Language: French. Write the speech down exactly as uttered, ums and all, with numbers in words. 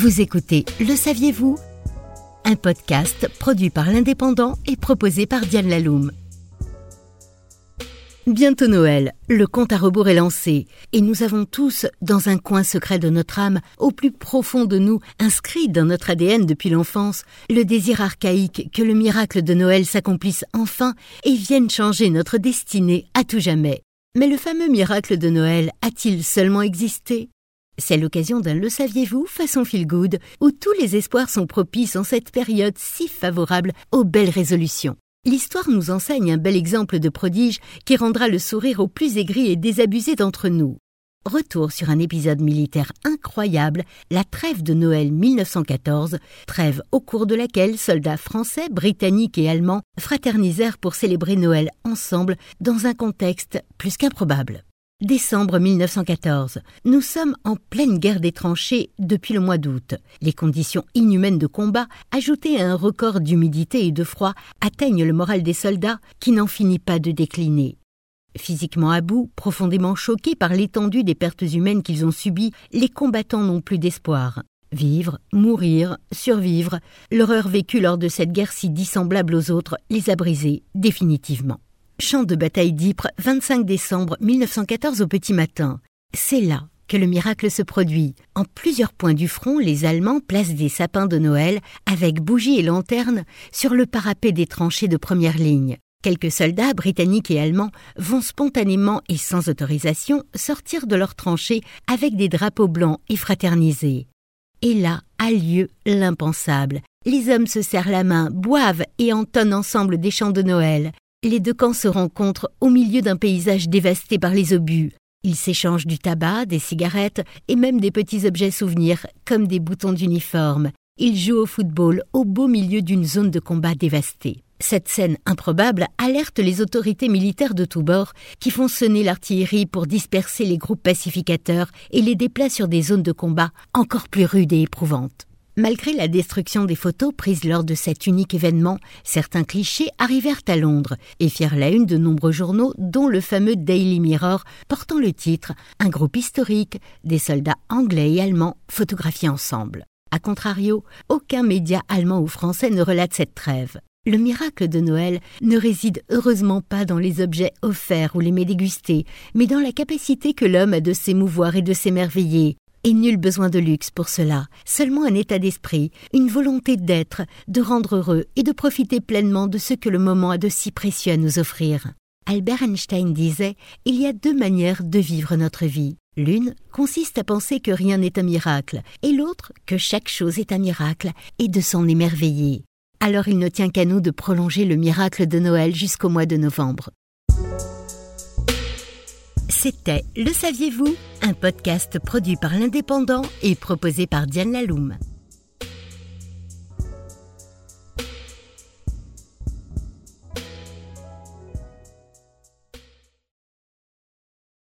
Vous écoutez Le saviez-vous ? Un podcast produit par l'Indépendant et proposé par Diane Laloum. Bientôt Noël, le compte à rebours est lancé et nous avons tous, dans un coin secret de notre âme, au plus profond de nous, inscrit dans notre A D N depuis l'enfance, le désir archaïque que le miracle de Noël s'accomplisse enfin et vienne changer notre destinée à tout jamais. Mais le fameux miracle de Noël a-t-il seulement existé ? C'est l'occasion d'un Le saviez-vous façon feel good où tous les espoirs sont propices en cette période si favorable aux belles résolutions. L'histoire nous enseigne un bel exemple de prodige qui rendra le sourire aux plus aigris et désabusés d'entre nous. Retour sur un épisode militaire incroyable, la trêve de Noël mille neuf cent quatorze, trêve au cours de laquelle soldats français, britanniques et allemands fraternisèrent pour célébrer Noël ensemble dans un contexte plus qu'improbable. Décembre mille neuf cent quatorze. Nous sommes en pleine guerre des tranchées depuis le mois d'août. Les conditions inhumaines de combat, ajoutées à un record d'humidité et de froid, atteignent le moral des soldats qui n'en finit pas de décliner. Physiquement à bout, profondément choqués par l'étendue des pertes humaines qu'ils ont subies, les combattants n'ont plus d'espoir. Vivre, mourir, survivre, l'horreur vécue lors de cette guerre si dissemblable aux autres les a brisés définitivement. Champ de bataille d'Ypres, vingt-cinq décembre mille neuf cent quatorze au petit matin. C'est là que le miracle se produit. En plusieurs points du front, les Allemands placent des sapins de Noël avec bougies et lanternes sur le parapet des tranchées de première ligne. Quelques soldats britanniques et allemands vont spontanément et sans autorisation sortir de leurs tranchées avec des drapeaux blancs et fraterniser. Et là a lieu l'impensable. Les hommes se serrent la main, boivent et entonnent ensemble des chants de Noël. Les deux camps se rencontrent au milieu d'un paysage dévasté par les obus. Ils s'échangent du tabac, des cigarettes et même des petits objets souvenirs comme des boutons d'uniforme. Ils jouent au football au beau milieu d'une zone de combat dévastée. Cette scène improbable alerte les autorités militaires de tous bords qui font sonner l'artillerie pour disperser les groupes pacificateurs et les déplacent sur des zones de combat encore plus rudes et éprouvantes. Malgré la destruction des photos prises lors de cet unique événement, certains clichés arrivèrent à Londres et firent la une de nombreux journaux, dont le fameux Daily Mirror, portant le titre « Un groupe historique, des soldats anglais et allemands photographiés ensemble ». A contrario, aucun média allemand ou français ne relate cette trêve. Le miracle de Noël ne réside heureusement pas dans les objets offerts ou les mets dégustés, mais dans la capacité que l'homme a de s'émouvoir et de s'émerveiller. Et nul besoin de luxe pour cela, seulement un état d'esprit, une volonté d'être, de rendre heureux et de profiter pleinement de ce que le moment a de si précieux à nous offrir. Albert Einstein disait « Il y a deux manières de vivre notre vie. L'une consiste à penser que rien n'est un miracle, et l'autre que chaque chose est un miracle et de s'en émerveiller. » Alors il ne tient qu'à nous de prolonger le miracle de Noël jusqu'au mois de novembre. C'était Le saviez-vous ? Un podcast produit par l'Indépendant et proposé par Diane Laloum.